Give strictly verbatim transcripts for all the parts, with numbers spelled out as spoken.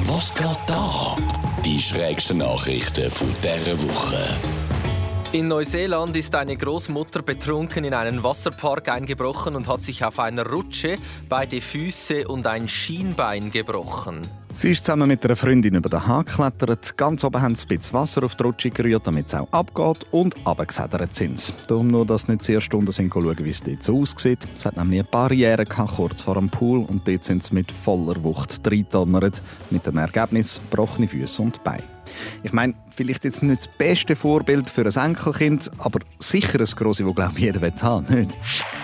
Was geht da? Die schrägsten Nachrichten von dieser Woche. In Neuseeland ist eine Großmutter betrunken in einen Wasserpark eingebrochen und hat sich auf einer Rutsche beide Füße und ein Schienbein gebrochen. Sie ist zusammen mit einer Freundin über den Hang geklettert. Ganz oben haben sie ein bisschen Wasser auf die Rutsche gerührt, damit es auch abgeht, und runtergesedert sind sie. Darum nur, dass nicht sehr Stunden sind, schauen, wie es dort so aussieht. Es hat nämlich eine Barriere gehabt, kurz vor dem Pool, und dort sind sie mit voller Wucht reingedonnert. Mit dem Ergebnis gebrochene Füße und Beine. Ich meine, vielleicht jetzt nicht das beste Vorbild für ein Enkelkind, aber sicher ein grosses, das, glaube ich, jeder haben will, nicht?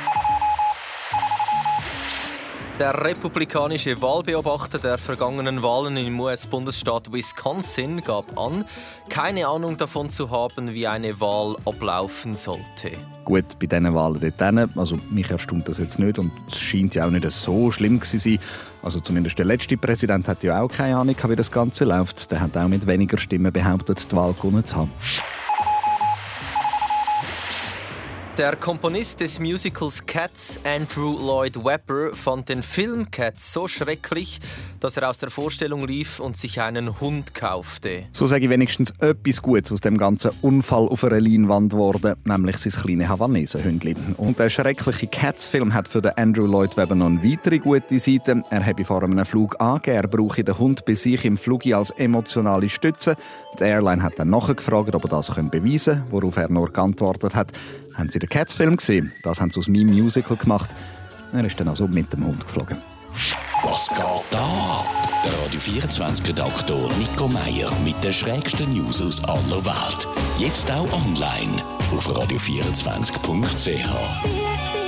Der republikanische Wahlbeobachter der vergangenen Wahlen im U S-Bundesstaat Wisconsin gab an, keine Ahnung davon zu haben, wie eine Wahl ablaufen sollte. Gut, bei diesen Wahlen dort, also mich erstaunt das jetzt nicht, und es scheint ja auch nicht so schlimm zu sein. Also zumindest der letzte Präsident hat ja auch keine Ahnung, wie das Ganze läuft. Der hat auch mit weniger Stimmen behauptet, die Wahl gewonnen zu haben. Der Komponist des Musicals Cats, Andrew Lloyd Webber, fand den Film Cats so schrecklich, dass er aus der Vorstellung lief und sich einen Hund kaufte. So sage ich wenigstens etwas Gutes aus dem ganzen Unfall auf einer Leinwand geworden, nämlich sein kleines Havanesenhündchen. Und der schreckliche Cats-Film hat für den Andrew Lloyd Webber noch eine weitere gute Seite. Er habe vor einem Flug angegeben, er brauche den Hund bei sich im Flug als emotionale Stütze. Die Airline hat dann nachgefragt, ob er das beweisen kann, worauf er nur geantwortet hat: Haben Sie den Cats-Film gesehen? Das haben sie aus meinem Musical gemacht. Er ist dann also mit dem Hund geflogen. Was geht da? Der Radio vierundzwanzig-Redaktor Nico Meier mit den schrägsten News aus aller Welt. Jetzt auch online auf radio vierundzwanzig punkt c h.